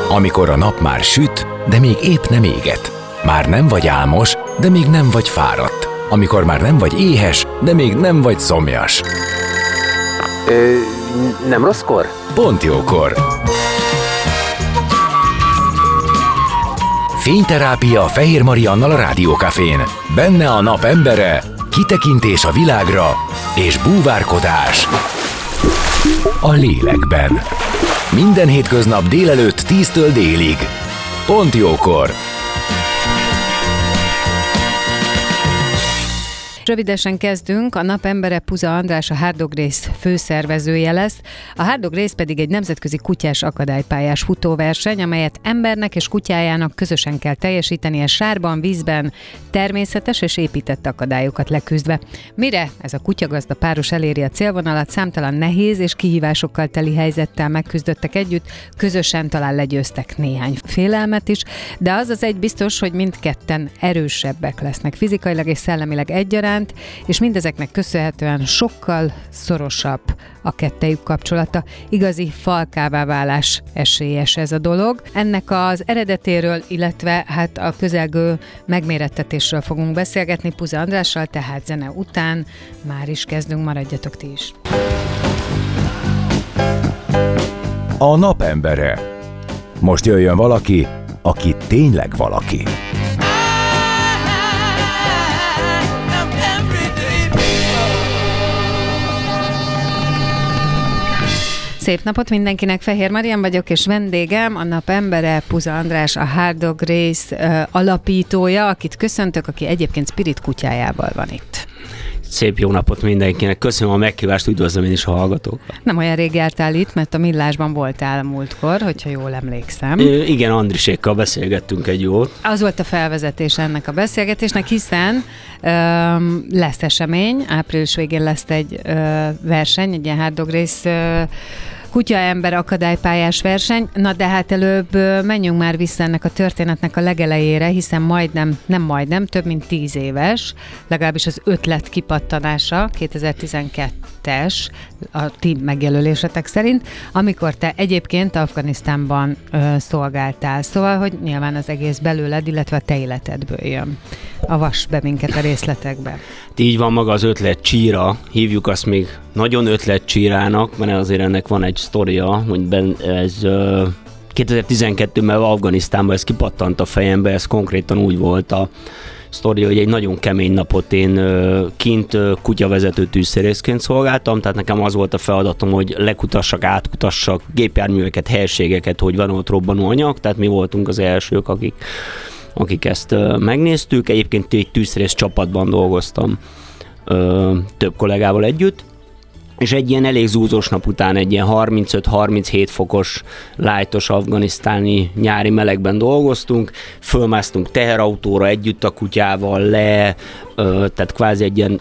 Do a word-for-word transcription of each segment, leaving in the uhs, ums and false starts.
Amikor a nap már süt, de még épp nem éget. Már nem vagy álmos, de még nem vagy fáradt. Amikor már nem vagy éhes, de még nem vagy szomjas. Ö, nem rosszkor? Pont jókor. Fényterápia Fehér Mariannal a Rádiókafén. Benne a nap embere, kitekintés a világra és búvárkodás a lélekben. Minden hétköznap délelőtt tíztől délig. Pont jókor. Rövidesen kezdünk, a napembere Puza András, a Hard Dog Race főszervezője lesz. A Hard Dog Race pedig egy nemzetközi kutyás akadálypályás futóverseny, amelyet embernek és kutyájának közösen kell teljesítenie sárban, vízben, természetes és épített akadályokat leküzdve. Mire ez a kutyagazda páros eléri a célvonalat, számtalan nehéz és kihívásokkal teli helyzettel megküzdöttek együtt, közösen talán legyőztek néhány félelmet is, de az az egy biztos, hogy mindketten erősebbek lesznek fizikailag és szellemileg egyaránt, és mindezeknek köszönhetően sokkal szorosabb a kettejük kapcsolata. Igazi falkává válás esélyes ez a dolog. Ennek az eredetéről, illetve hát a közelgő megmérettetésről fogunk beszélgetni Puza Andrással, tehát zene után már is kezdünk, maradjatok ti is. A napembere. Most jöjjön valaki, aki tényleg valaki. Szép napot mindenkinek, Fehér Marian vagyok, és vendégem a napembere Puza András, a Hard Dog Race uh, alapítója, akit köszöntök, aki egyébként Spirit kutyájával van itt. Szép jó napot mindenkinek, köszönöm a meghívást, üdvözlöm én is a hallgatókat. Nem olyan rég jártál itt, mert a Millásban voltál múltkor, hogyha jól emlékszem. Ö, igen, Andrisékkal beszélgettünk egy jót. Az volt a felvezetés ennek a beszélgetésnek, hiszen öm, lesz esemény, április végén lesz egy ö, verseny, egy ilyen Hard Dog Race ö, kutya-ember akadálypályás verseny. Na de hát előbb menjünk már vissza ennek a történetnek a legelejére, hiszen majdnem, nem majdnem, több mint tíz éves, legalábbis az ötlet kipattanása, kétezer-tizenkettes a ti megjelölésetek szerint, amikor te egyébként Afganisztánban ö, szolgáltál. Szóval, hogy nyilván az egész belőled, illetve a te életedből jön. Avasd be minket a részletekbe. Így van, maga az ötlet csíra, hívjuk azt még nagyon ötlet csírának, mert azért ennek van egy sztoria, hogy ben, ez uh, kétezer-tizenkettőben Afganisztánban ez kipattant a fejembe, ez konkrétan úgy volt a sztori, hogy egy nagyon kemény napot én uh, kint uh, kutyavezető tűzszerészként szolgáltam, tehát nekem az volt a feladatom, hogy lekutassak, átkutassak gépjárműveket, helységeket, hogy van ott robbanó anyag, tehát mi voltunk az elsők, akik akik ezt uh, megnéztük. Egyébként egy tűzszerész csapatban dolgoztam uh, több kollégával együtt, és egy ilyen elég zúzós nap után, egy ilyen harmincöt-harminchét fokos, lájtos afganisztáni nyári melegben dolgoztunk, fölmásztunk teherautóra együtt a kutyával le, uh, tehát kvázi egy ilyen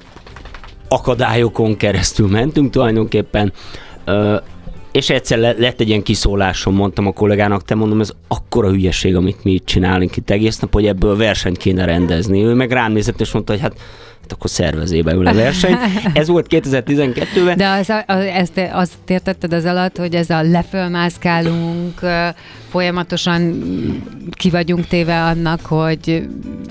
akadályokon keresztül mentünk tulajdonképpen, uh, és egyszer lett egy ilyen kiszólásom, mondtam a kollégának, te mondom, ez akkora hülyeség, amit mi itt csinálunk itt egész nap, hogy ebből versenyt kéne rendezni. Ő meg rám nézett, és mondta, hogy hát, hát akkor szervezébe ül a versenyt. Ez volt kétezer-tizenkettőben. De az, az, ezt azt értetted az alatt, hogy ez a lefölmászkálunk, folyamatosan ki vagyunk téve annak, hogy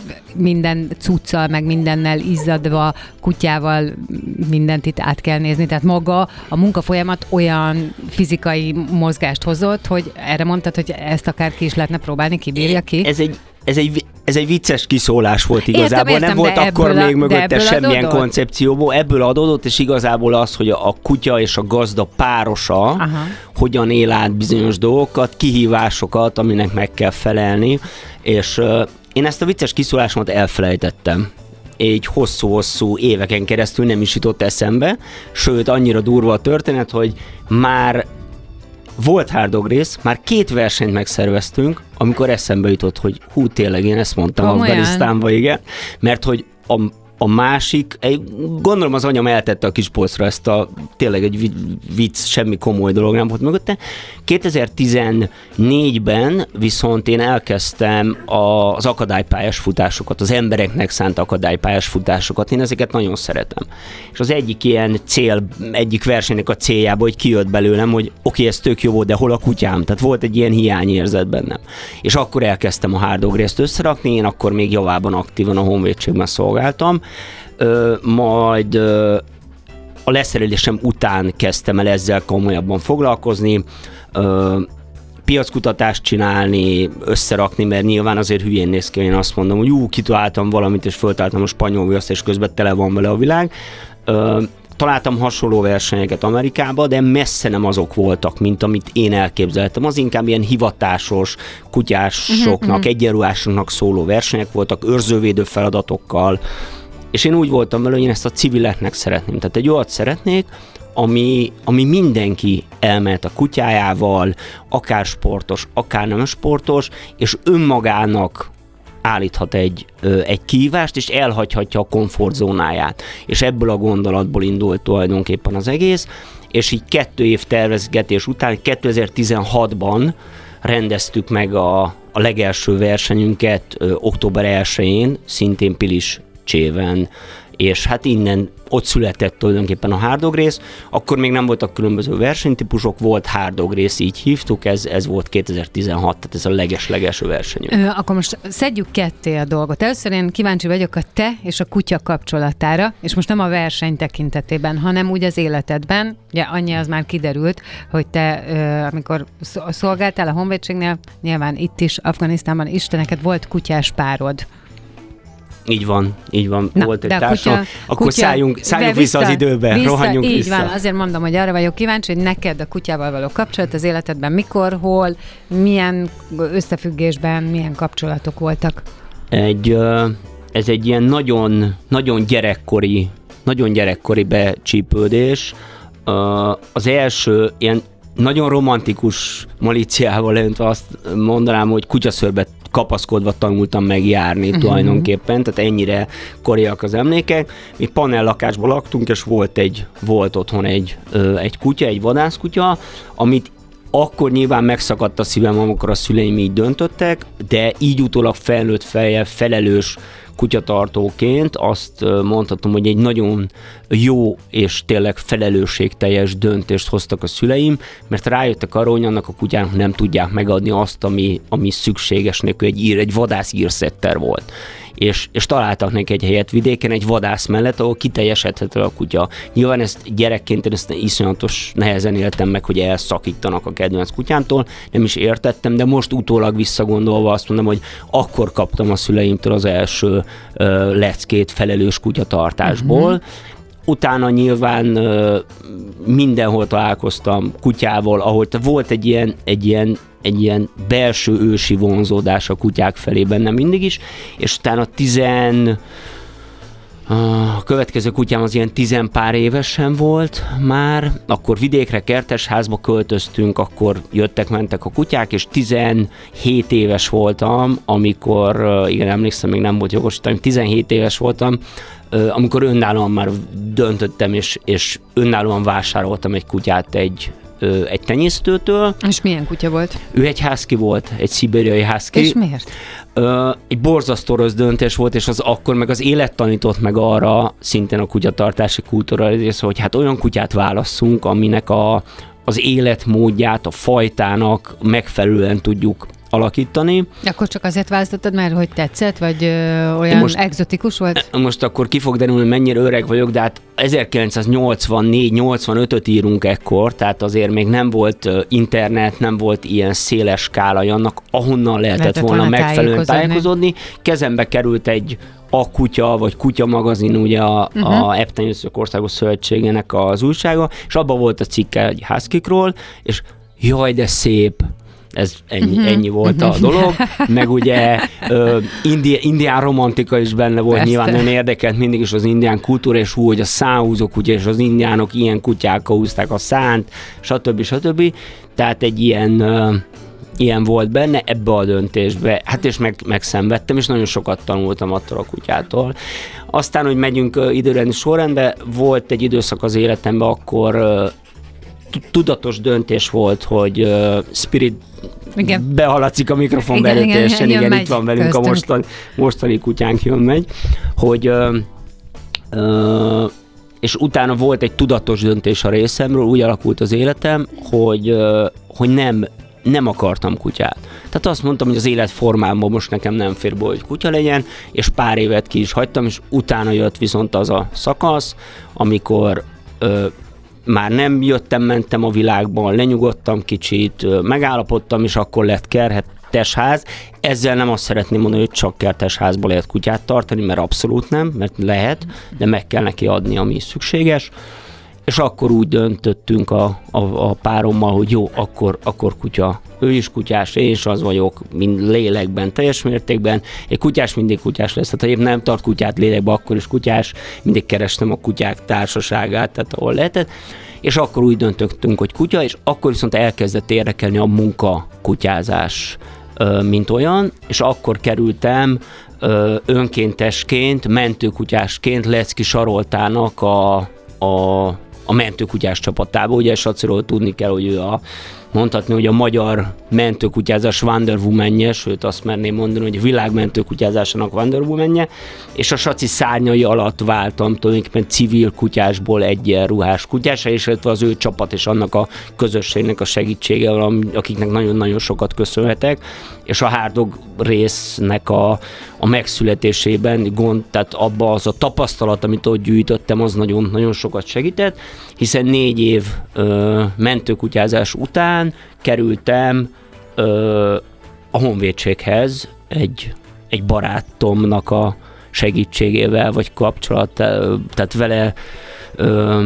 minden cuccal, meg mindennel izzadva, kutyával mindent itt át kell nézni. Tehát maga a munkafolyamat olyan fizikai mozgást hozott, hogy erre mondtad, hogy ezt akár ki is lehetne próbálni, kibírja ki? Ez egy, ez egy, ez egy vicces kiszólás volt igazából, értem, értem, nem volt akkor a, még mögötte semmilyen adódott? koncepcióból. Ebből adódott, és igazából az, hogy a kutya és a gazda párosa Aha. hogyan él át bizonyos dolgokat, kihívásokat, aminek meg kell felelni, és uh, én ezt a vicces kiszólásomat elfelejtettem. Egy hosszú-hosszú éveken keresztül nem is jutott eszembe, sőt annyira durva a történet, hogy már volt Hard Dog Race, már két versenyt megszerveztünk, amikor eszembe jutott, hogy hú, tényleg én ezt mondtam Afganisztánba, igen, mert hogy a A másik, egy, gondolom az anyám eltette a kispolcra ezt a, tényleg egy vicc, semmi komoly dolog nem volt mögötte. kétezer-tizennégyben viszont én elkezdtem az akadálypályás futásokat, az embereknek szánt akadálypályás futásokat, én ezeket nagyon szeretem. És az egyik ilyen cél, egyik versenynek a céljából, hogy kijött belőlem, hogy oké, okay, ez tök jó volt, de hol a kutyám? Tehát volt egy ilyen hiányérzet bennem. És akkor elkezdtem a Hard Dog Race-t összerakni, én akkor még javában aktívan a honvédségben szolgáltam, Ö, majd ö, a leszerelésem után kezdtem el ezzel komolyabban foglalkozni, ö, piackutatást csinálni, összerakni, mert nyilván azért hülyén néz ki, én azt mondom, hogy jú, kitaláltam valamit, és föltaláltam a spanyol viaszt, és közben tele van vele a világ. Ö, találtam hasonló versenyeket Amerikába, de messze nem azok voltak, mint amit én elképzeltem. Az inkább ilyen hivatásos, kutyásoknak, uh-huh. egyenruhásoknak szóló versenyek voltak, őrzővédő feladatokkal, és én úgy voltam vele, hogy én ezt a civileknek szeretném. Tehát egy olyat szeretnék, ami, ami mindenki elmehet a kutyájával, akár sportos, akár nem sportos, és önmagának állíthat egy, ö, egy kihívást, és elhagyhatja a komfortzónáját. És ebből a gondolatból indult tulajdonképpen az egész, és így kettő év tervezgetés után, kétezer-tizenhatban rendeztük meg a, a legelső versenyünket ö, október elsején, szintén Pilis Cséven, és hát innen ott született tulajdonképpen a Hard Dog Race, akkor még nem voltak különböző versenytípusok, volt Hard Dog Race, így hívtuk, ez, ez volt kétezer-tizenhat, tehát ez a leges-legelső versenyünk. Ö, akkor most szedjük ketté a dolgot. Először én kíváncsi vagyok a te és a kutya kapcsolatára, és most nem a verseny tekintetében, hanem úgy az életedben. Ugye annyi az már kiderült, hogy te, ö, amikor szolgáltál a honvédségnél, nyilván itt is, Afganisztánban is, te neked volt kutyás párod. Így van, így van, Na, volt egy társam. Kutya, akkor kutya, szálljunk, szálljunk vissza, vissza az időbe, vissza, rohanjunk így vissza. Van, azért mondom, hogy arra vagyok kíváncsi, hogy neked a kutyával való kapcsolat az életedben mikor, hol, milyen összefüggésben, milyen kapcsolatok voltak? Egy, ez egy ilyen nagyon, nagyon gyerekkori, nagyon gyerekkori becsípődés. Az első ilyen nagyon romantikus malíciával leöntve azt mondanám, hogy kutyaszőrbe kapaszkodva tanultam meg járni uh-huh. tulajdonképpen, tehát ennyire koriak az emlékek. Mi panellakásban laktunk, és volt egy, volt otthon egy, ö, egy kutya, egy vadászkutya, amit akkor nyilván megszakadt a szívem, amikor a szüleim így döntöttek, de így utólag felnőtt fejjel, felelős kutyatartóként azt mondhatom, hogy egy nagyon jó és tényleg felelősségteljes döntést hoztak a szüleim, mert rájöttek arra, hogy annak a kutyának nem tudják megadni azt, ami, ami szükséges neki, egy, ír, egy vadász írsetter volt. És, és találtak neki egy helyet vidéken, egy vadász mellett, ahol kiteljesedhető a kutya. Nyilván ezt gyerekként én ezt iszonyatos nehezen éltem meg, hogy elszakítanak a kedvenc kutyámtól, nem is értettem, de most utólag visszagondolva azt mondom, hogy akkor kaptam a szüleimtől az első ö, leckét felelős kutyatartásból. Mm-hmm. Utána nyilván ö, mindenhol találkoztam kutyával, ahol volt egy ilyen, egy ilyen egy ilyen belső ősi vonzódás a kutyák felé bennem mindig is, és utána tizen... A következő kutyám az ilyen tizenpár évesen volt már, akkor vidékre, kertesházba költöztünk, akkor jöttek-mentek a kutyák, és tizenhét éves voltam, amikor, igen, emlékszem, még nem volt jogosítvány, tizenhét éves voltam, amikor önállóan már döntöttem, és, és önállóan vásároltam egy kutyát egy egy tenyésztőtől. És milyen kutya volt? Ő egy husky volt, egy szibériai husky. És miért? Egy borzasztó rossz döntés volt, és az akkor meg az élet tanított meg arra, szintén a kutyatartási kultúra része, hogy hát olyan kutyát válasszunk, aminek a, az életmódját, a fajtának megfelelően tudjuk alakítani. Akkor csak azért választottad, mert hogy tetszett, vagy ö, olyan most, egzotikus volt? Most akkor ki fog derülni, mennyire öreg vagyok, de hát ezerkilencszáznyolcvannégy nyolcvanötöt írunk ekkor, tehát azért még nem volt internet, nem volt ilyen széles skála annak, ahonnan lehetett, lehetett volna megfelelően tájékozódni. Kezembe került egy A Kutya, vagy Kutya magazin, ugye a, uh-huh. a Eptenyésztők Országos Szövetségének az újsága, és abban volt a cikke egy huskykról, és jaj, de szép, ez ennyi, uh-huh. ennyi volt uh-huh. a dolog, meg ugye uh, indi, indián romantika is benne volt, Persze. nyilván nem érdekelt mindig is az indián kultúra, és úgy, hogy a száhúzók, ugye, és az indiánok ilyen kutyákkal húzták a szánt, stb. stb. Tehát egy ilyen uh, ilyen volt benne ebbe a döntésbe. Hát és meg, megszenvedtem, és nagyon sokat tanultam attól a kutyától. Aztán, hogy megyünk időrendi sorrendbe, volt egy időszak az életemben, akkor tudatos döntés volt, hogy Spirit igen. behaladszik a mikrofonba előteljesen, igen, igen, igen itt van velünk köztünk. A mostani, mostani kutyánk jön-megy, hogy ö, ö, és utána volt egy tudatos döntés a részemről, úgy alakult az életem, hogy, ö, hogy nem, nem akartam kutyát. Tehát azt mondtam, hogy az életformámban most nekem nem fér be, hogy kutya legyen, és pár évet ki is hagytam, és utána jött viszont az a szakasz, amikor ö, már nem jöttem, mentem a világban, lenyugodtam kicsit, megállapodtam, és akkor lett kertesház. Ezzel nem azt szeretném mondani, hogy csak kertesházból lehet kutyát tartani, mert abszolút nem, mert lehet, de meg kell neki adni, ami szükséges. És akkor úgy döntöttünk a, a, a párommal, hogy jó, akkor, akkor kutya. Ő is kutyás, én is az vagyok, mind lélekben, teljes mértékben. Egy kutyás mindig kutyás lesz. Tehát ha épp nem tart kutyát lélekben, akkor is kutyás. Mindig kerestem a kutyák társaságát, tehát ahol lehetett. És akkor úgy döntöttünk, hogy kutya, és akkor viszont elkezdett érdekelni a munka kutyázás, mint olyan, és akkor kerültem önkéntesként, mentőkutyásként Lecki Saroltának a, a a mentőkutyás csapatába. Ugye Saciról tudni kell, hogy ő a, mondhatni, hogy a magyar mentőkutyázás Wonder Woman-je, sőt azt merném mondani, hogy a világ mentőkutyázásának Wonder Woman-je, és a Saci szárnyai alatt váltam tulajdonképpen civil kutyásból egyenruhás kutyásra, és az ő csapat és annak a közösségnek a segítsége, akiknek nagyon-nagyon sokat köszönhetek, és a Hárdog résznek a, a megszületésében gond, tehát abban az a tapasztalat, amit ott gyűjtöttem, az nagyon-nagyon sokat segített, hiszen négy év ö, mentőkutyázás után kerültem ö, a honvédséghez egy, egy barátomnak a segítségével, vagy kapcsolat, tehát vele ö,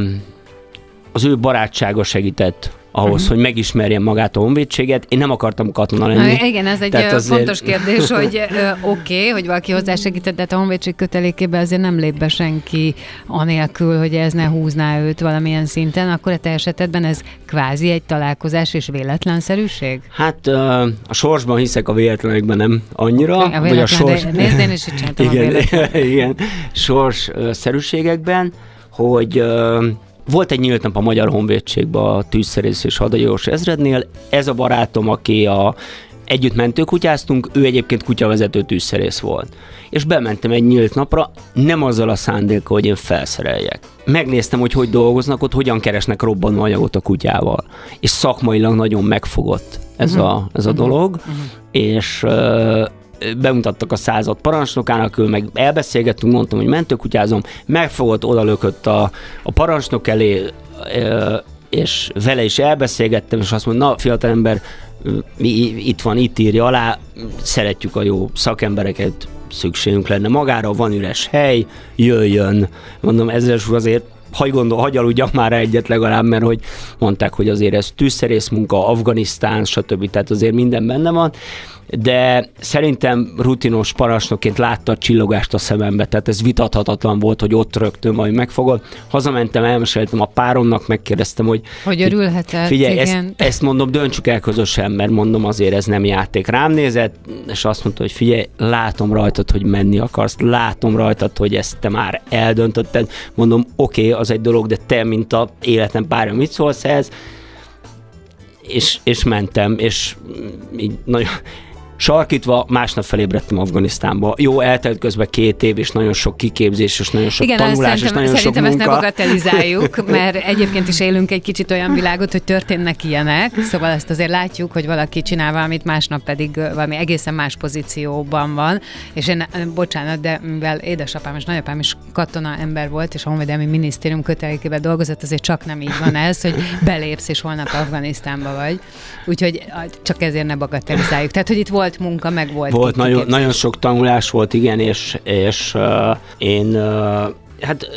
az ő barátsága segített ahhoz, uh-huh. hogy megismerjem magát a honvédséget. Én nem akartam katona lenni. Na, igen, ez egy azért... fontos kérdés, hogy oké, okay, hogy valaki hozzásegített, de a honvédség kötelékébe azért nem lép be senki anélkül, hogy ez ne húzná őt valamilyen szinten, akkor a te esetedben ez kvázi egy találkozás és véletlenszerűség? Hát a sorsban hiszek, a véletlenekben nem annyira. A véletlen, vagy a sors... de nézd, én is így csináltam igen, a véletlen. Igen, sorsszerűségekben, hogy volt egy nyílt nap a Magyar Honvédségben a tűzszerész és hadajós ezrednél. Ez a barátom, aki a, együtt mentőkutyáztunk, ő egyébként kutyavezető tűzszerész volt. És bementem egy nyílt napra, nem azzal a szándékkal, hogy én felszereljek. Megnéztem, hogy hogy dolgoznak ott, hogyan keresnek robbanóanyagot a kutyával. És szakmailag nagyon megfogott ez, uh-huh. a, ez a dolog, uh-huh. és... Uh, bemutattak a század parancsnokának, ő meg elbeszélgettünk, mondtam, hogy mentőkutyázom, megfogott, odalökött a, a parancsnok elé, és vele is elbeszélgettem, és azt mondta, na, fiatalember, itt van, itt írja alá, szeretjük a jó szakembereket, szükségünk lenne magára, van üres hely, jöjjön. Mondom, ezres úr, azért hagy gondol, hagy aludjak már egyet legalább, mert hogy mondták, hogy azért ez tűzszerész munka, Afganisztán, stb. Tehát azért minden benne van, de szerintem rutinos parancsnokként látta a csillogást a szemembe, tehát ez vitathatatlan volt, hogy ott rögtön majd megfogod. Hazamentem, elmeséltem a páromnak, megkérdeztem, hogy... Hogy örülhetett, figyelj, igen. Ezt, ezt mondom, döntsük el közösen, mert mondom, azért ez nem játék. Rám nézett, és azt mondta, hogy figyelj, látom rajtad, hogy menni akarsz, látom rajtad, hogy ezt te már eldöntötted. Mondom, oké, okay, az egy dolog, de te, mint a életem párja, mit szólsz ehhez? És, és mentem, és így nagyon... sarkítva, másnap felébredtem Afganisztánba. Jó, eltelt közben két év, és nagyon sok kiképzés, és nagyon sok igen, tanulás, és nagyon sok munka. Szerintem ezt ne bagatelizáljuk, mert egyébként is élünk egy kicsit olyan világot, hogy történnek ilyenek, szóval ezt azért látjuk, hogy valaki csinál valamit, másnap pedig valami egészen más pozícióban van, és én, bocsánat, de mivel édesapám és nagyapám is katona ember volt, és a Honvédelmi Minisztérium kötelékében dolgozott, azért csak nem így van ez, hogy belépsz, és holnap Afganisztánba vagy. Úgyhogy csak ezért ne bagatelizáljuk. Tehát, hogy itt volt munka, meg volt. Volt, nagyon, nagyon sok tanulás volt, igen, és, és uh, én uh, hát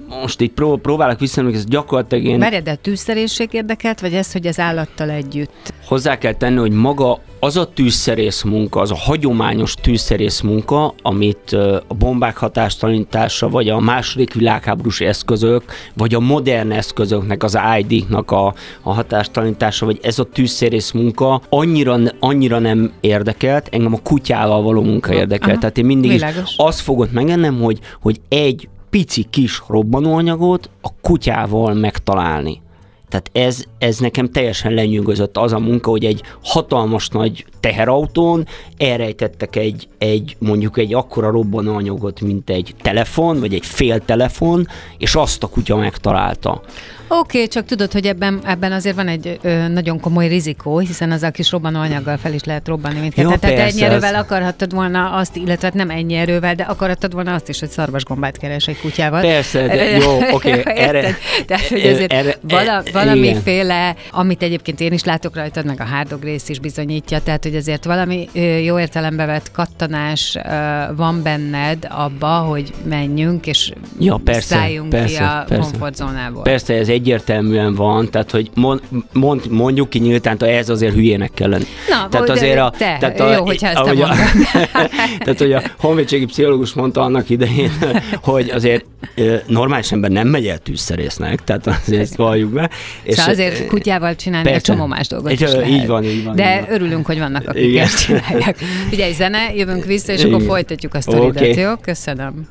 most így pró- próbálok visszamenni, ez gyakorlatilag én... Várjad, de a tűzszerészség érdekelt, vagy ez, hogy az állattal együtt? Hozzá kell tenni, hogy maga az a tűzszerész munka, az a hagyományos tűzszerész munka, amit a bombák hatástalanítása, vagy a második világháborús eszközök, vagy a modern eszközöknek, az I D-knak a, a hatástalanítása, vagy ez a tűzszerész munka annyira, annyira nem érdekelt, engem a kutyával való munka érdekelt. Aha, tehát én mindig világos. Is azt fogott megennem, hogy, hogy egy pici kis robbanóanyagot a kutyával megtalálni. Tehát ez, ez nekem teljesen lenyűgözött az a munka, hogy egy hatalmas nagy teherautón elrejtettek egy, egy mondjuk egy akkora robbanóanyagot, mint egy telefon, vagy egy fél telefon, és azt a kutya megtalálta. Oké, okay, csak tudod, hogy ebben, ebben azért van egy ö, nagyon komoly rizikó, hiszen az a kis robbanóanyaggal fel is lehet robbanni mindkettőt. Tehát ennyi erővel az... akarhattad volna azt, illetve nem ennyi erővel, de akarhattad volna azt is, hogy szarvasgombát keres egy kutyával. Persze, de jó, oké. Okay, erre... Tehát, hogy azért erre, vala, valamiféle, amit egyébként én is látok rajtad, meg a Hard Race is bizonyítja, tehát, hogy azért valami jó értelembe vett kattanás van benned abba, hogy menjünk, és ja, persze, szálljunk persze, ki a persze. komfortzónából. Persze, ez egyértelműen van, tehát hogy mond, mond, mondjuk ki nyíltán, ez azért hülyének kell lenni. Na, tehát azért a, te, tehát a, jó, hogyha ezt te mondod. Tehát, hogy a honvédségi pszichológus mondta annak idején, hogy azért normális ember nem megy el tűzszerésznek, tehát azért ezt valljuk be. És szóval azért kutyával csinálni egy csomó más dolgot is lehet. Így van, így van. De így van. Örülünk, hogy vannak, akik igen. ezt csinálják. Figyelj, zene, jövünk vissza, és igen. akkor folytatjuk a sztoridat, okay. jó? Köszönöm.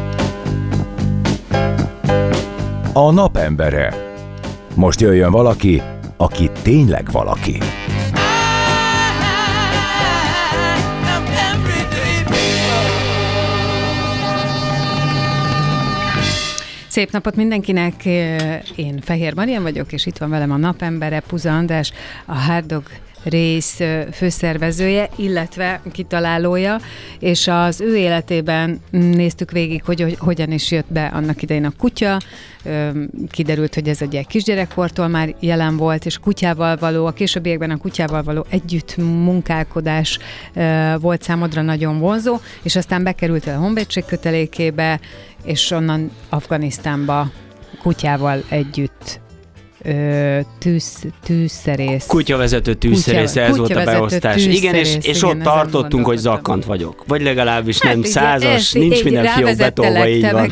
A napembere. Most jöjjön valaki, aki tényleg valaki. Szép napot mindenkinek, én Fehér Marian vagyok, és itt van velem a napembere, Puza András, a Hard Race főszervezője, illetve kitalálója, és az ő életében néztük végig, hogy, hogy hogyan is jött be annak idején a kutya. Kiderült, hogy ez egy kisgyerekkortól már jelen volt, és a kutyával való, a későbbiekben a kutyával való együtt munkálkodás volt számodra nagyon vonzó, és aztán bekerültél a honvédség kötelékébe, és onnan Afganisztánba kutyával együtt Ö, tűz, tűzszerész. Kutyavezető tűzszerész, Kutya, ez volt a beosztás. Igen, és, és igen, ott tartottunk, hogy zakkant vagyok. Vagy legalábbis hát, nem ugye, százas, ez, nincs minden fiók betolva, így van.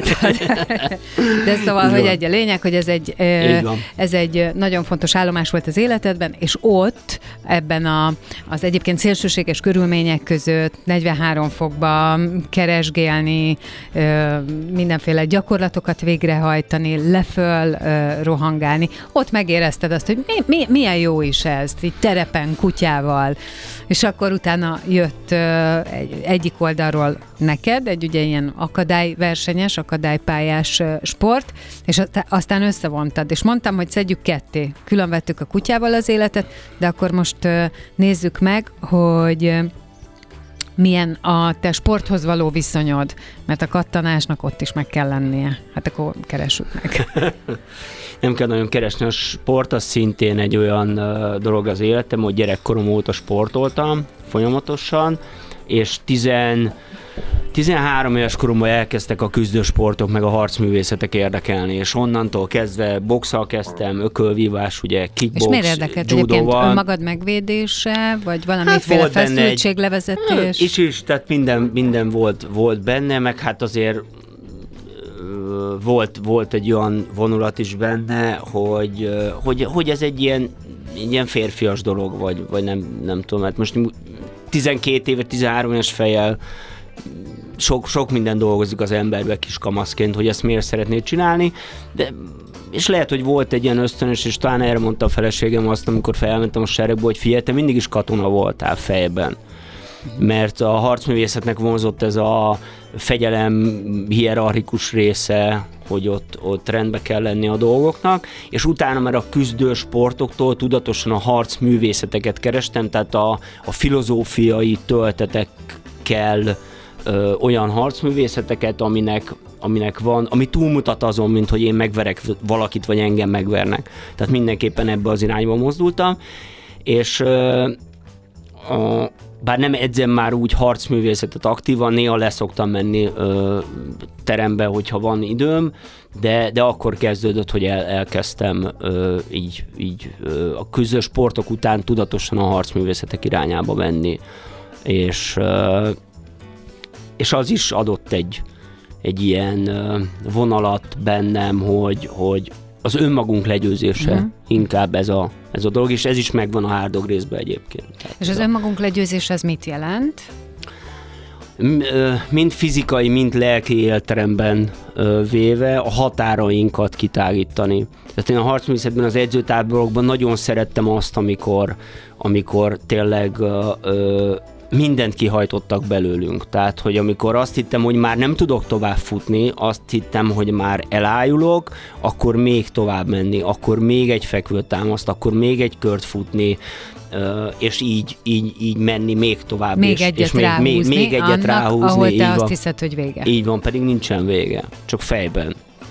De szóval, így hogy van. Egy a lényeg, hogy ez egy, ez egy nagyon fontos állomás volt az életedben, és ott, ebben a, az egyébként szélsőséges körülmények között negyvenhárom fokban keresgélni, mindenféle gyakorlatokat végrehajtani, leföl rohangálni. Ott megérezted azt, hogy mi, mi, milyen jó is ez, így terepen, kutyával. És akkor utána jött uh, egy, egyik oldalról neked, egy ugye ilyen akadályversenyes, akadálypályás uh, sport, és aztán összevontad. És mondtam, hogy szedjük ketté. Külön vettük a kutyával az életet, de akkor most uh, nézzük meg, hogy uh, milyen a te sporthoz való viszonyod, mert a kattanásnak ott is meg kell lennie. Hát akkor keressük meg. Nem kell nagyon keresni, a sport az szintén egy olyan uh, dolog az életem, hogy gyerekkorom óta sportoltam folyamatosan, és tizen, tizenhárom éves koromban elkezdtek a küzdősportok, meg a harcművészetek érdekelni, és onnantól kezdve boxal kezdtem, ökölvívás, ugye kickbox, és miért érdekelt egyébként önmagad megvédése, vagy valamiféle hát feszültséglevezetés? Is is, tehát minden, minden volt, volt benne, meg hát azért Volt, volt egy olyan vonulat is benne, hogy, hogy, hogy ez egy ilyen, egy ilyen férfias dolog, vagy, vagy nem, nem tudom, mert most tizenkét éve, tizenhárom éves fejjel sok, sok minden dolgozik az emberbe kiskamaszként, hogy ezt miért szeretnéd csinálni, de és lehet, hogy volt egy ilyen ösztönös, és talán erre mondta a feleségem azt, amikor felmentem a seregbe, hogy figyelj, te mindig is katona voltál fejben. Mert a harcművészetnek vonzott ez a fegyelem hierarchikus része, hogy ott, ott rendbe kell lenni a dolgoknak, és utána már a küzdő sportoktól tudatosan a harcművészeteket kerestem, tehát a, a filozófiai töltetekkel ö, olyan harcművészeteket, aminek, aminek van, ami túlmutat azon, mint hogy én megverek valakit, vagy engem megvernek. Tehát mindenképpen ebbe az irányba mozdultam, és ö, a, bár nem edzem már úgy harcművészetet aktívan, néha leszoktam menni ö, terembe, hogyha van időm, de, de akkor kezdődött, hogy el, elkezdtem ö, így, így ö, a közös sportok után tudatosan a harcművészetek irányába menni, és, ö, és az is adott egy, egy ilyen ö, vonalat bennem, hogy, hogy az önmagunk legyőzése uh-huh. inkább ez a, ez a dolog, és ez is megvan a Hard Dog Race-ben egyébként. Tehát és az a... önmagunk legyőzés az mit jelent? Mind fizikai, mind lelki élteremben véve a határainkat kitágítani. Tehát én a harcművészetben, az edzőtáborokban nagyon szerettem azt, amikor, amikor tényleg mindent kihajtottak belőlünk. Tehát, hogy amikor azt hittem, hogy már nem tudok tovább futni, azt hittem, hogy már elájulok, akkor még tovább menni, akkor még egy fekvőtámaszt, akkor még egy kört futni, és így, így, így menni még tovább. Még és, egyet és még, ráhúzni, még, még egyet annak, ráhúzni. ahol te így azt van. hiszed, hogy vége. Így van, pedig nincsen vége, csak fejben.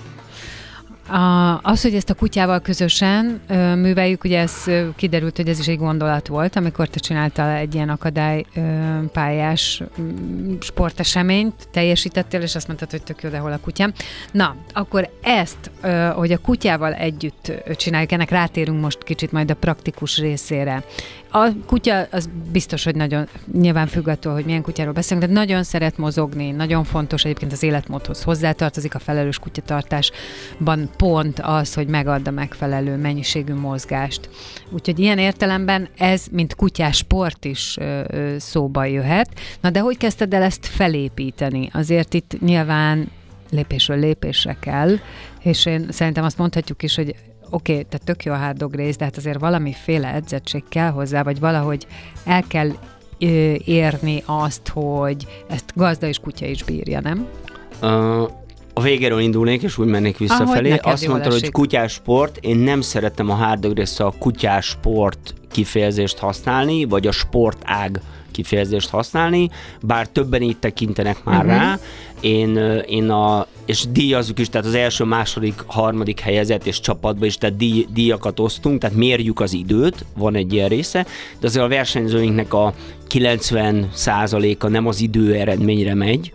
A, az, hogy ezt a kutyával közösen ö, műveljük, ugye ez ö, kiderült, hogy ez is egy gondolat volt, amikor te csináltál egy ilyen akadálypályás sporteseményt, teljesítettél, és azt mondtad, hogy tök jó, de hol a kutyám. Na, akkor ezt, ö, hogy a kutyával együtt csináljuk, ennek rátérünk most kicsit majd a praktikus részére. A kutya az biztos, hogy nagyon, nyilván függ attól, hogy milyen kutyáról beszélünk, de nagyon szeret mozogni, nagyon fontos egyébként az életmódhoz hozzátartozik a felelős kutyatartásban pont az, hogy megadd a megfelelő mennyiségű mozgást. Úgyhogy ilyen értelemben ez, mint kutyás sport is ö, ö, szóba jöhet. Na de hogy kezdted el ezt felépíteni? Azért itt nyilván lépésről lépésre kell, és én szerintem azt mondhatjuk is, hogy oké, okay, tehát tök jó a Hard Dog Race, de hát azért valamiféle edzettség kell hozzá, vagy valahogy el kell ö, érni azt, hogy ezt gazda és kutya is bírja, nem? Uh, a végéről indulnék, és úgy mennék visszafelé. Azt mondta, hogy kutyás sport, én nem szeretem a Hard Dog Race-a kutyás sport kifejezést használni, vagy a sportág kifejezést használni, bár többen így tekintenek már uh-huh. rá. Én, én a, és díjazzuk is, tehát az első, második, harmadik helyezett és csapatban is, tehát díj, díjakat osztunk, tehát mérjük az időt, van egy ilyen része, de azért a versenyzőinknek a kilencven százaléka nem az idő eredményre megy.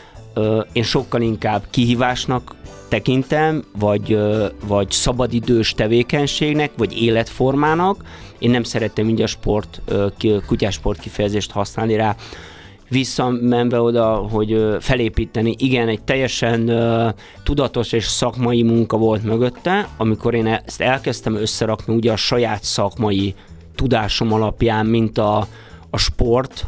Én sokkal inkább kihívásnak tekintem, vagy, vagy szabadidős tevékenységnek, vagy életformának. Én nem szerettem így a sport, kutyásport kifejezést használni rá. Visszamenve oda, hogy felépíteni, igen, egy teljesen tudatos és szakmai munka volt mögötte, amikor én ezt elkezdtem összerakni ugye a saját szakmai tudásom alapján, mint a, a sport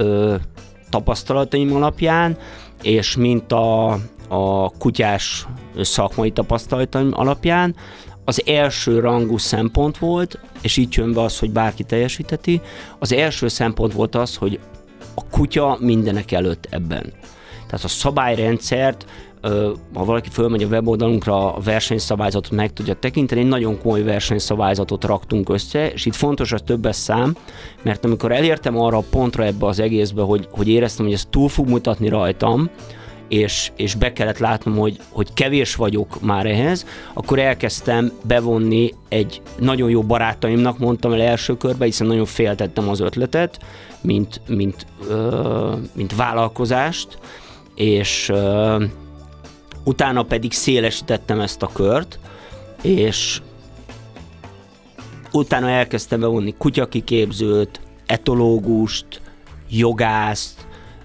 tapasztalataim alapján, és mint a, a kutyás szakmai tapasztalataim alapján, az első rangú szempont volt, és így jön be az, hogy bárki teljesítheti, az első szempont volt az, hogy a kutya mindenek előtt ebben. Tehát a szabályrendszert, ha valaki fölmegy a weboldalunkra, a versenyszabályzatot meg tudja tekinteni, egy nagyon komoly versenyszabályzatot raktunk össze, és itt fontos a többes szám, mert amikor elértem arra a pontra ebbe az egészbe, hogy, hogy éreztem, hogy ez túl fog mutatni rajtam, és, és be kellett látnom, hogy, hogy kevés vagyok már ehhez, akkor elkezdtem bevonni egy nagyon jó barátaimnak, mondtam el első körbe, hiszen nagyon féltettem az ötletet, mint, mint, ö, mint vállalkozást, és ö, utána pedig szélesítettem ezt a kört, és utána elkezdtem bevonni kutyakiképzőt, etológust, jogászt,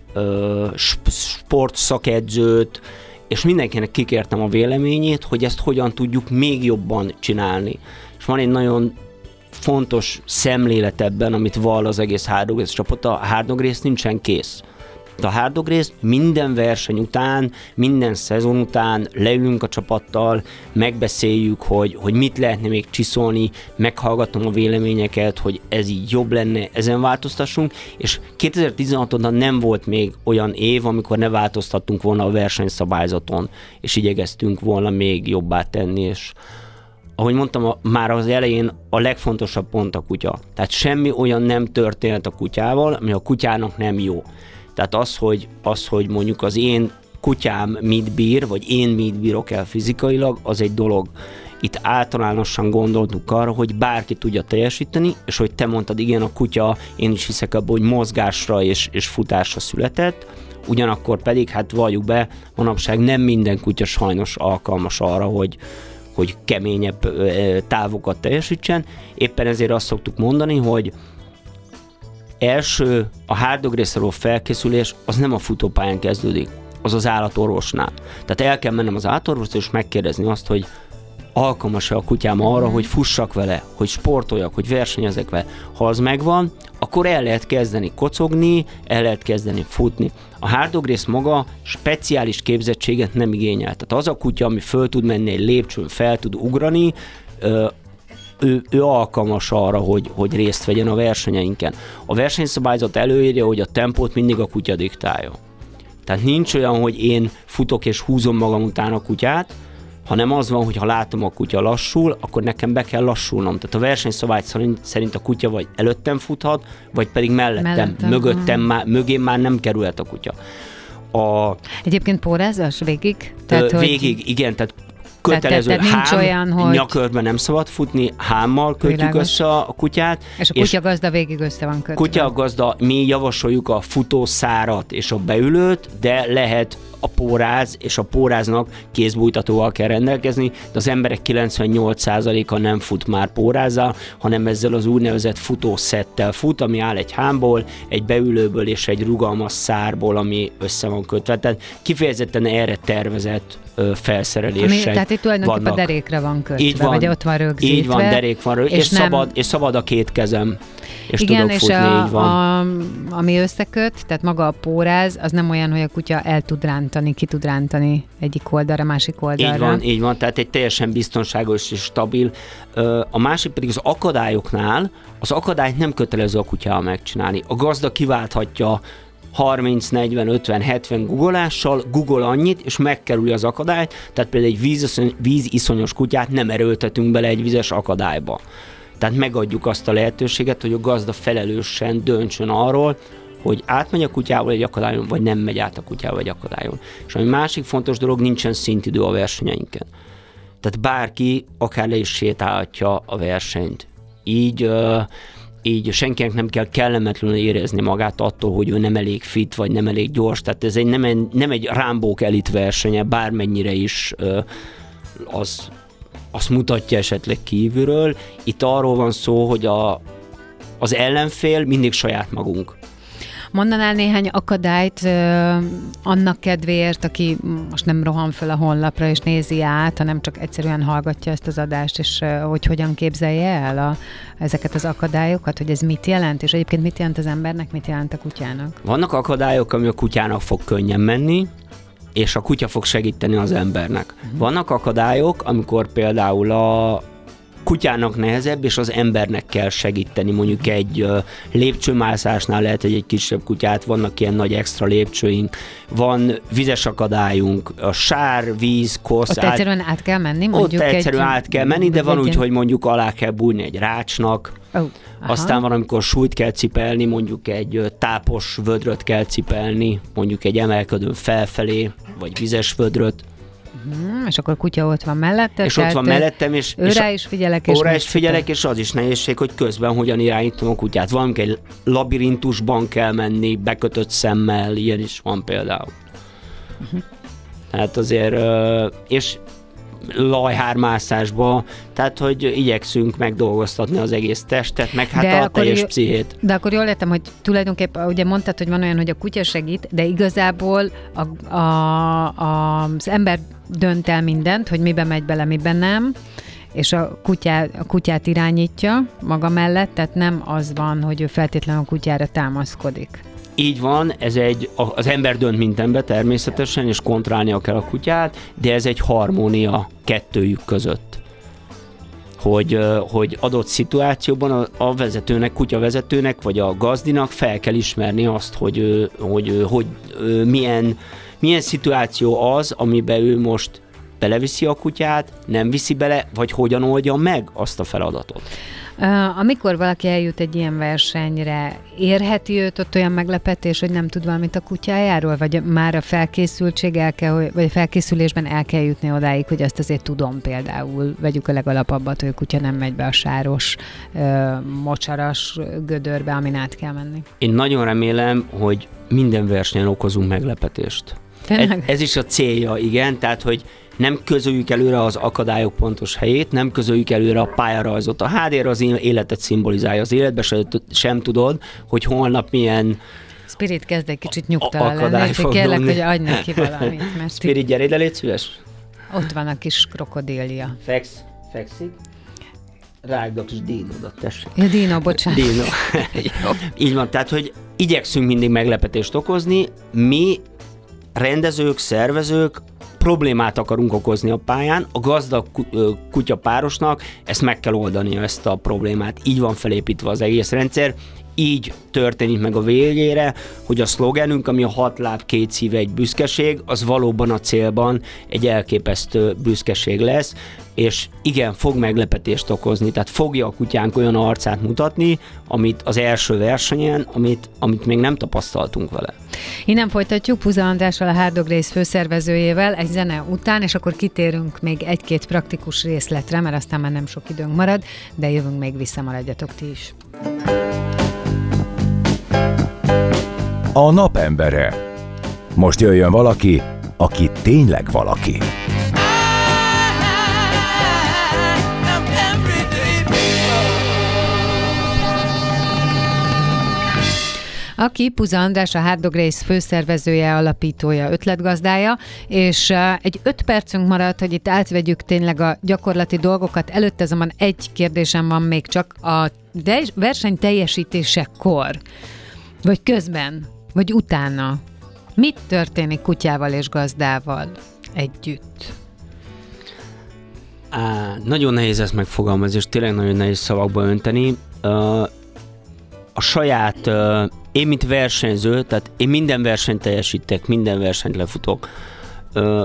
sportszakedzőt, és mindenkinek kikértem a véleményét, hogy ezt hogyan tudjuk még jobban csinálni. És van egy nagyon fontos szemlélet ebben, amit vall az egész Hard Dog Race csapata, a Hard Dog Race nincsen kész. A Hard Dog Race minden verseny után, minden szezon után leülünk a csapattal, megbeszéljük, hogy, hogy mit lehetne még csiszolni, meghallgatom a véleményeket, hogy ez így jobb lenne, ezen változtassunk, és kétezer-tizenhatban nem volt még olyan év, amikor ne változtattunk volna a versenyszabályzaton, és igyekeztünk volna még jobbá tenni, és ahogy mondtam, már az elején a legfontosabb pont a kutya. Tehát semmi olyan nem történt a kutyával, ami a kutyának nem jó. Tehát az, hogy, az, hogy mondjuk az én kutyám mit bír, vagy én mit bírok el fizikailag, az egy dolog. itt általánosan gondoltuk arra, hogy bárki tudja teljesíteni, és hogy te mondtad, igen, a kutya, én is hiszek abban, hogy mozgásra és, és futásra született, ugyanakkor pedig, hát valljuk be, manapság nem minden kutya sajnos alkalmas arra, hogy, hogy keményebb távokat teljesítsen. Éppen ezért azt szoktuk mondani, hogy első a hárdogrészre való felkészülés az nem a futópályán kezdődik, az az állatorvosnál. Tehát el kell mennem az állatorvosra és megkérdezni azt, hogy alkalmas-e a kutyám arra, hogy fussak vele, hogy sportoljak, hogy versenyezek vele. Ha az megvan, akkor el lehet kezdeni kocogni, el lehet kezdeni futni. A hárdogrész maga speciális képzettséget nem igényel. Tehát az a kutya, ami föl tud menni egy lépcsőn, fel tud ugrani, ő, ő alkalmas arra, hogy, hogy részt vegyen a versenyeinken. A versenyszabályzat előírja, hogy a tempót mindig a kutya diktálja. Tehát nincs olyan, hogy én futok és húzom magam után a kutyát, hanem az van, hogy ha látom a kutya lassul, akkor nekem be kell lassulnom. Tehát a versenyszabály szerint a kutya vagy előttem futhat, vagy pedig mellettem, mellettem mögöttem, már, mögém már nem kerülhet a kutya. A, Egyébként pórázás végig? Tehát, ö, hogy... Végig, igen, tehát kötelező tehát, tehát hám, olyan, hogy... nyakörben nem szabad futni, hámmal kötjük Világos. össze a kutyát. És a kutyagazda végig össze van kötve. Kutyagazda, mi javasoljuk a futószárat és a beülőt, de lehet a póráz, és a póráznak kézbújtatóval kell rendelkezni, de az emberek kilencvennyolc százaléka nem fut már pórázzal, hanem ezzel az úgynevezett futószettel fut, ami áll egy hámból, egy beülőből és egy rugalmas szárból, ami össze van kötve. Tehát kifejezetten erre tervezett ö, felszereléssel. Ami, tehát itt tulajdonképpen vannak. Derékre van kötve, így van, vagy ott van rögzítve. Így van, derék van rögzítve, és, és, nem... szabad, és szabad a két kezem. És igen, tudok és futni, a, így van. A, ami összeköt, tehát maga a póráz, az nem olyan, hogy a kutya el tud rántani, ki tud rántani egyik oldalra, másik oldalra. Így van, így van, tehát egy teljesen biztonságos és stabil. A másik pedig az akadályoknál, az akadályt nem kötelező a kutyával megcsinálni. A gazda kiválthatja harminc, negyven, ötven, hetven guggolással, guggol annyit, és megkerülje az akadályt, tehát például egy víziszony, víziszonyos kutyát nem erőltetünk bele egy vizes akadályba. Tehát megadjuk azt a lehetőséget, hogy a gazda felelősen döntsön arról, hogy átmegy a kutyával egy akadályon, vagy nem megy át a kutyával egy akadályon. És ami másik fontos dolog, nincsen szintidő a versenyeinken. Tehát bárki akár le is sétálhatja a versenyt. Így, uh, így senkinek nem kell kellemetlenül érezni magát attól, hogy ő nem elég fit, vagy nem elég gyors. Tehát ez egy, nem, egy, nem egy rámbók elit versenye, bármennyire is uh, az... azt mutatja esetleg kívülről. Itt arról van szó, hogy a, az ellenfél mindig saját magunk. Mondanál néhány akadályt ö, annak kedvéért, aki most nem rohan föl a honlapra és nézi át, hanem csak egyszerűen hallgatja ezt az adást, és ö, hogy hogyan képzelje el a, ezeket az akadályokat, hogy ez mit jelent, és egyébként mit jelent az embernek, mit jelent a kutyának? Vannak akadályok, ami a kutyának fog könnyen menni, és a kutya fog segíteni az embernek. Uh-huh. Vannak akadályok, amikor például a kutyának nehezebb, és az embernek kell segíteni. Mondjuk egy uh, lépcsőmászásnál lehet egy, egy kisebb kutyát, vannak ilyen nagy extra lépcsőink, van vizes akadályunk, a sár, víz, kosz. Ott át, egyszerűen át kell menni? Mondjuk ott egyszerűen egy, át kell menni, de van úgy, hogy mondjuk alá kell bújni egy rácsnak. Oh, aztán van, amikor súlyt kell cipelni, mondjuk egy tápos vödröt kell cipelni, mondjuk egy emelkedőn felfelé, vagy vizes vödröt. Hmm, és akkor a kutya ott van mellette. És ott van mellettem, és, és őrá is figyelek. És óra is figyelek, és az is nehézség, hogy közben hogyan irányítom a kutyát. Valamikor egy labirintusban kell menni, bekötött szemmel, ilyen is van például. Uh-huh. Tehát azért, és lajhármászásba, tehát hogy igyekszünk megdolgoztatni az egész testet, meg hát de a teljes jó, pszichét. De akkor jól értem, hogy tulajdonképpen, ugye mondtad, hogy van olyan, hogy a kutya segít, de igazából a, a, a, az ember dönt el mindent, hogy miben megy bele, miben nem, és a, kutyá, a kutyát irányítja maga mellett, tehát nem az van, hogy ő feltétlenül a kutyára támaszkodik. Így van, ez egy, az ember dönt mindenbe természetesen, és kontrollálnia kell a kutyát, de ez egy harmónia kettőjük között. Hogy, hogy adott szituációban a, a vezetőnek, kutyavezetőnek, vagy a gazdinak fel kell ismerni azt, hogy, hogy, hogy, hogy milyen, milyen szituáció az, amiben ő most beleviszi a kutyát, nem viszi bele, vagy hogyan oldja meg azt a feladatot. Amikor valaki eljut egy ilyen versenyre, érheti őt ott olyan meglepetés, hogy nem tud valamit a kutyájáról, vagy már a felkészültség el kell, vagy a felkészülésben el kell jutni odáig, hogy azt azért tudom például, vegyük a legalapabbat, hogy a kutya nem megy be a sáros, mocsaras gödörbe, amin át kell menni. Én nagyon remélem, hogy minden versenyen okozunk meglepetést. Ez, ez is a célja, igen, tehát, hogy nem közöljük előre az akadályok pontos helyét, nem közöljük előre a pályarajzot. A há dé er az életet szimbolizálja. Az életben sem, sem tudod, hogy holnap milyen Spirit kezd egy kicsit nyugtalan lenni, úgyhogy kérlek, hogy adj neki valamit. Mert Spirit, gyere ide, légy szíves. Ott van a kis krokodilja. Feksz, fekszik. Rágd a kis dínódat, tessék. Ja, dínó, bocsánat. Dínó. Így van, tehát, hogy igyekszünk mindig meglepetést okozni. Mi rendezők, szervezők problémát akarunk okozni a pályán, a gazdag kutyapárosnak ezt meg kell oldania, ezt a problémát. Így van felépítve az egész rendszer, így történik meg a végére, hogy a szlogenünk, ami a hat láb, két szív, egy büszkeség, az valóban a célban egy elképesztő büszkeség lesz, és igen, fog meglepetést okozni, tehát fogja a kutyánk olyan arcát mutatni, amit az első versenyen, amit, amit még nem tapasztaltunk vele. Innen folytatjuk Puza Andrással, a Hard Dog Race főszervezőjével egy zene után, és akkor kitérünk még egy-két praktikus részletre, mert aztán már nem sok időnk marad, de jövünk még vissza, maradjatok ti is. A napembere. Most jöjjön valaki, aki tényleg valaki. Aki Puza András, a Hard Dog Race főszervezője, alapítója, ötletgazdája, és egy öt percünk maradt, hogy itt átvegyük tényleg a gyakorlati dolgokat. Előtte azonban egy kérdésem van még csak a de- verseny teljesítésekor, vagy közben, vagy utána. Mit történik kutyával és gazdával együtt? Á, nagyon nehéz ezt megfogalmazni, és tényleg nagyon nehéz szavakba önteni. Uh, a saját, uh, én mint versenyző, tehát én minden versenyt teljesítek, minden versenyt lefutok. Uh,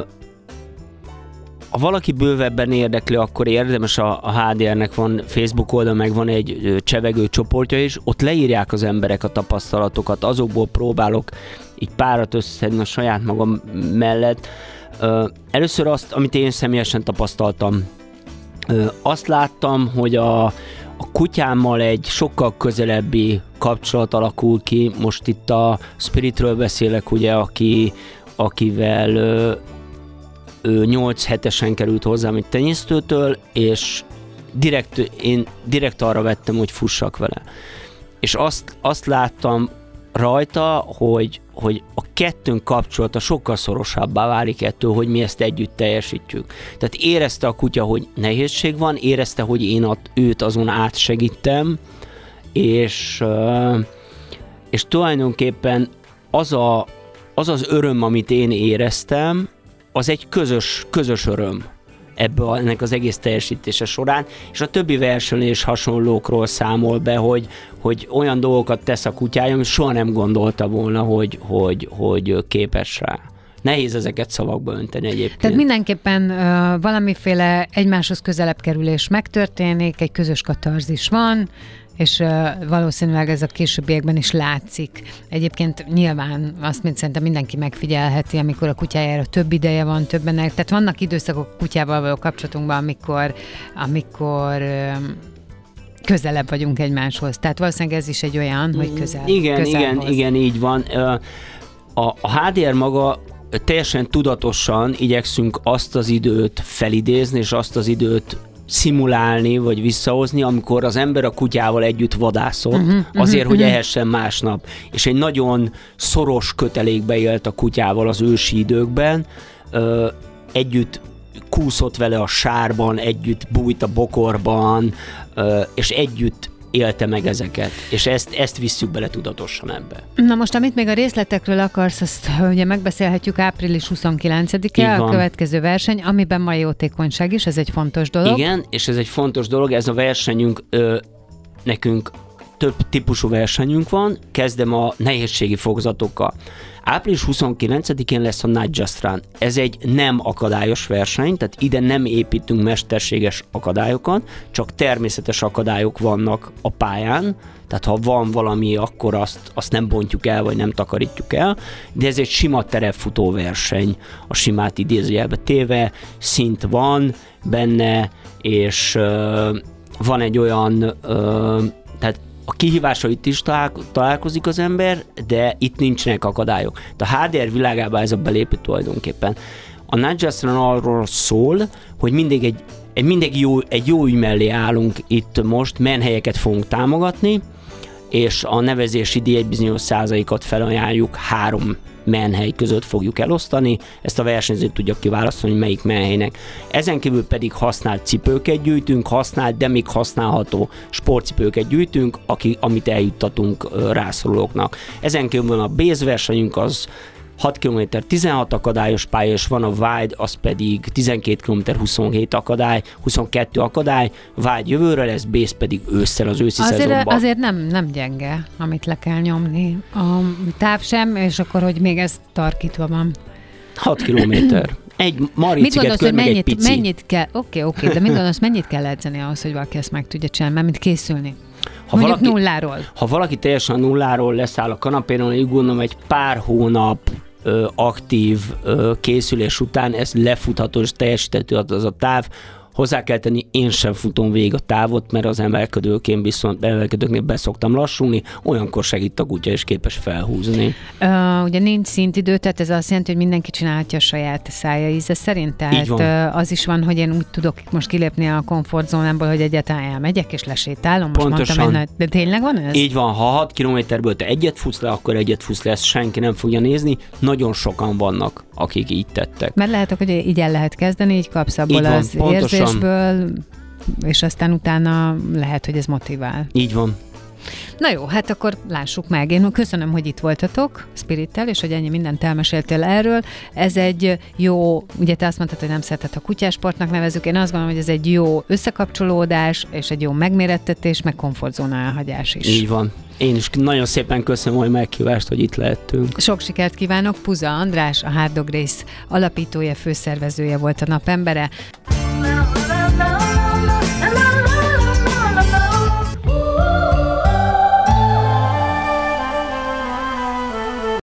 ha valaki bővebben érdekli, akkor érdemes, a, a há dé er-nek van Facebook oldal, meg van egy csevegő csoportja is, ott leírják az emberek a tapasztalatokat, azokból próbálok így párat összeszedni a saját magam mellett. Uh, először azt, amit én személyesen tapasztaltam, uh, azt láttam, hogy a, a kutyámmal egy sokkal közelebbi kapcsolat alakul ki. Most itt a Spiritről beszélek, ugye, aki, akivel uh, ő nyolc hetesen került hozzám egy tenyésztőtől, és direkt, én direkt arra vettem, hogy fussak vele. És azt, azt láttam rajta, hogy, hogy a kettőnk kapcsolata sokkal szorosabbá válik ettől, hogy mi ezt együtt teljesítjük. Tehát érezte a kutya, hogy nehézség van, érezte, hogy én at, őt azon átsegítem, és, és tulajdonképpen az, a, az az öröm, amit én éreztem, az egy közös, közös öröm ebből ennek az egész teljesítése során, és a többi versenyen is hasonlókról számol be, hogy, hogy olyan dolgokat tesz a kutyája, amit soha nem gondolta volna, hogy, hogy, hogy képes rá. Nehéz ezeket szavakba önteni egyébként. Tehát mindenképpen uh, valamiféle egymáshoz közelebb kerülés megtörténik, egy közös katarzis van, és uh, valószínűleg ez a későbbiekben is látszik. Egyébként nyilván azt, mint szerintem mindenki megfigyelheti, amikor a kutyájára több ideje van, többenek. Tehát vannak időszakok a kutyával való kapcsolatunkban, amikor, amikor uh, közelebb vagyunk egymáshoz. Tehát valószínűleg ez is egy olyan, hogy közel. Igen, közel igen, hoz. igen, így van. A, a há dé er maga teljesen tudatosan igyekszünk azt az időt felidézni, és azt az időt szimulálni, vagy visszahozni, amikor az ember a kutyával együtt vadászott, uh-huh, azért, uh-huh, hogy uh-huh. ehessen másnap. És egy nagyon szoros kötelékbe élt a kutyával az ősi időkben, Ö, együtt kúszott vele a sárban, együtt bújt a bokorban, Ö, és együtt élte meg ezeket, és ezt, ezt visszük bele tudatosan ebbe. Na most, amit még a részletekről akarsz, azt ugye megbeszélhetjük, április huszonkilencedike a következő verseny, amiben mai jótékonyság is, ez egy fontos dolog. Igen, és ez egy fontos dolog, ez a versenyünk ö, nekünk több típusú versenyünk van, kezdem a nehézségi fokozatokkal. április huszonkilencedikén lesz a Not Just Run. Ez egy nem akadályos verseny, tehát ide nem építünk mesterséges akadályokat, csak természetes akadályok vannak a pályán, tehát ha van valami, akkor azt, azt nem bontjuk el, vagy nem takarítjuk el, de ez egy sima terepfutó verseny, a simát idézőjelbe téve, szint van benne, és uh, van egy olyan, uh, tehát a kihívással itt is találkozik az ember, de itt nincsenek akadályok. De a há dé er világában ez a belépő tulajdonképpen. A Not Just Run arról szól, hogy mindig egy, egy, mindig jó, egy jó ügy mellé állunk itt most, menhelyeket fogunk támogatni, és a nevezési díj egy bizonyos százalékot felajánljuk, három menhely között fogjuk elosztani, ezt a versenyző tudja kiválasztani, hogy melyik menhelynek. Ezen kívül pedig használt cipőket gyűjtünk, használt, de még használható sportcipőket gyűjtünk, aki, amit eljuttatunk rászorulóknak. Ezen kívül van a base versenyünk, az hat kilométer tizenhat akadályos pálya, és van a Wide, az pedig tizenkét kilométer huszonhét akadály, huszonkettő akadály, Wide jövőre lesz, Base pedig ősszel, az őszi azért, szezonban. Azért nem, nem gyenge, amit le kell nyomni. A táv sem, és akkor, hogy még ez tarkítva van. hat kilométer. Egy Mariciket kör, meg egy pici. Mennyit kell, oké, oké, de mit gondolsz, mennyit kell edzeni ahhoz, hogy valaki ezt meg tudja csinálni, mert mint készülni? Ha Mondjuk valaki, nulláról. Ha valaki teljesen nulláról leszáll a kanapéron, így gondolom egy pár hónap ö, aktív ö, készülés után ez lefutható és teljesíthető az a táv. Hozzá kell tenni, én sem futom végig a távot, mert az emelkedőként viszont emelkedőknél beszoktam lassulni, olyankor segít a kutya és képes felhúzni. Uh, ugye nincs szintidő, tehát ez azt jelenti, hogy mindenki csinálhatja a saját szája íze szerint, tehát uh, az is van, hogy én úgy tudok most kilépni a komfortzónámból, hogy egyáltalán elmegyek és lesétálom. Most Pontosan. Mondtam, hogy de tényleg van ez? Így van, ha hat kilométerből te egyet futsz le, akkor egyet futsz le, ezt senki nem fogja nézni. Nagyon sokan vannak, akik így tettek. Mert lehet, hogy így el lehet kezdeni, így kapsz abból így van, az érzés, ből, és aztán utána lehet, hogy ez motivál. Így van. Na jó, hát akkor lássuk meg. Én köszönöm, hogy itt voltatok Spirittel, és hogy ennyi mindent elmeséltél erről. Ez egy jó, ugye te azt mondtad, hogy nem szereted, ha kutyásportnak nevezzük. Én azt gondolom, hogy ez egy jó összekapcsolódás, és egy jó megmérettetés, meg komfortzóna elhagyás is. Így van. Én is nagyon szépen köszönöm a meghívást, hogy itt lehettünk. Sok sikert kívánok. Puza András, a Hard Dog Race alapítója, főszervezője volt a Napembere.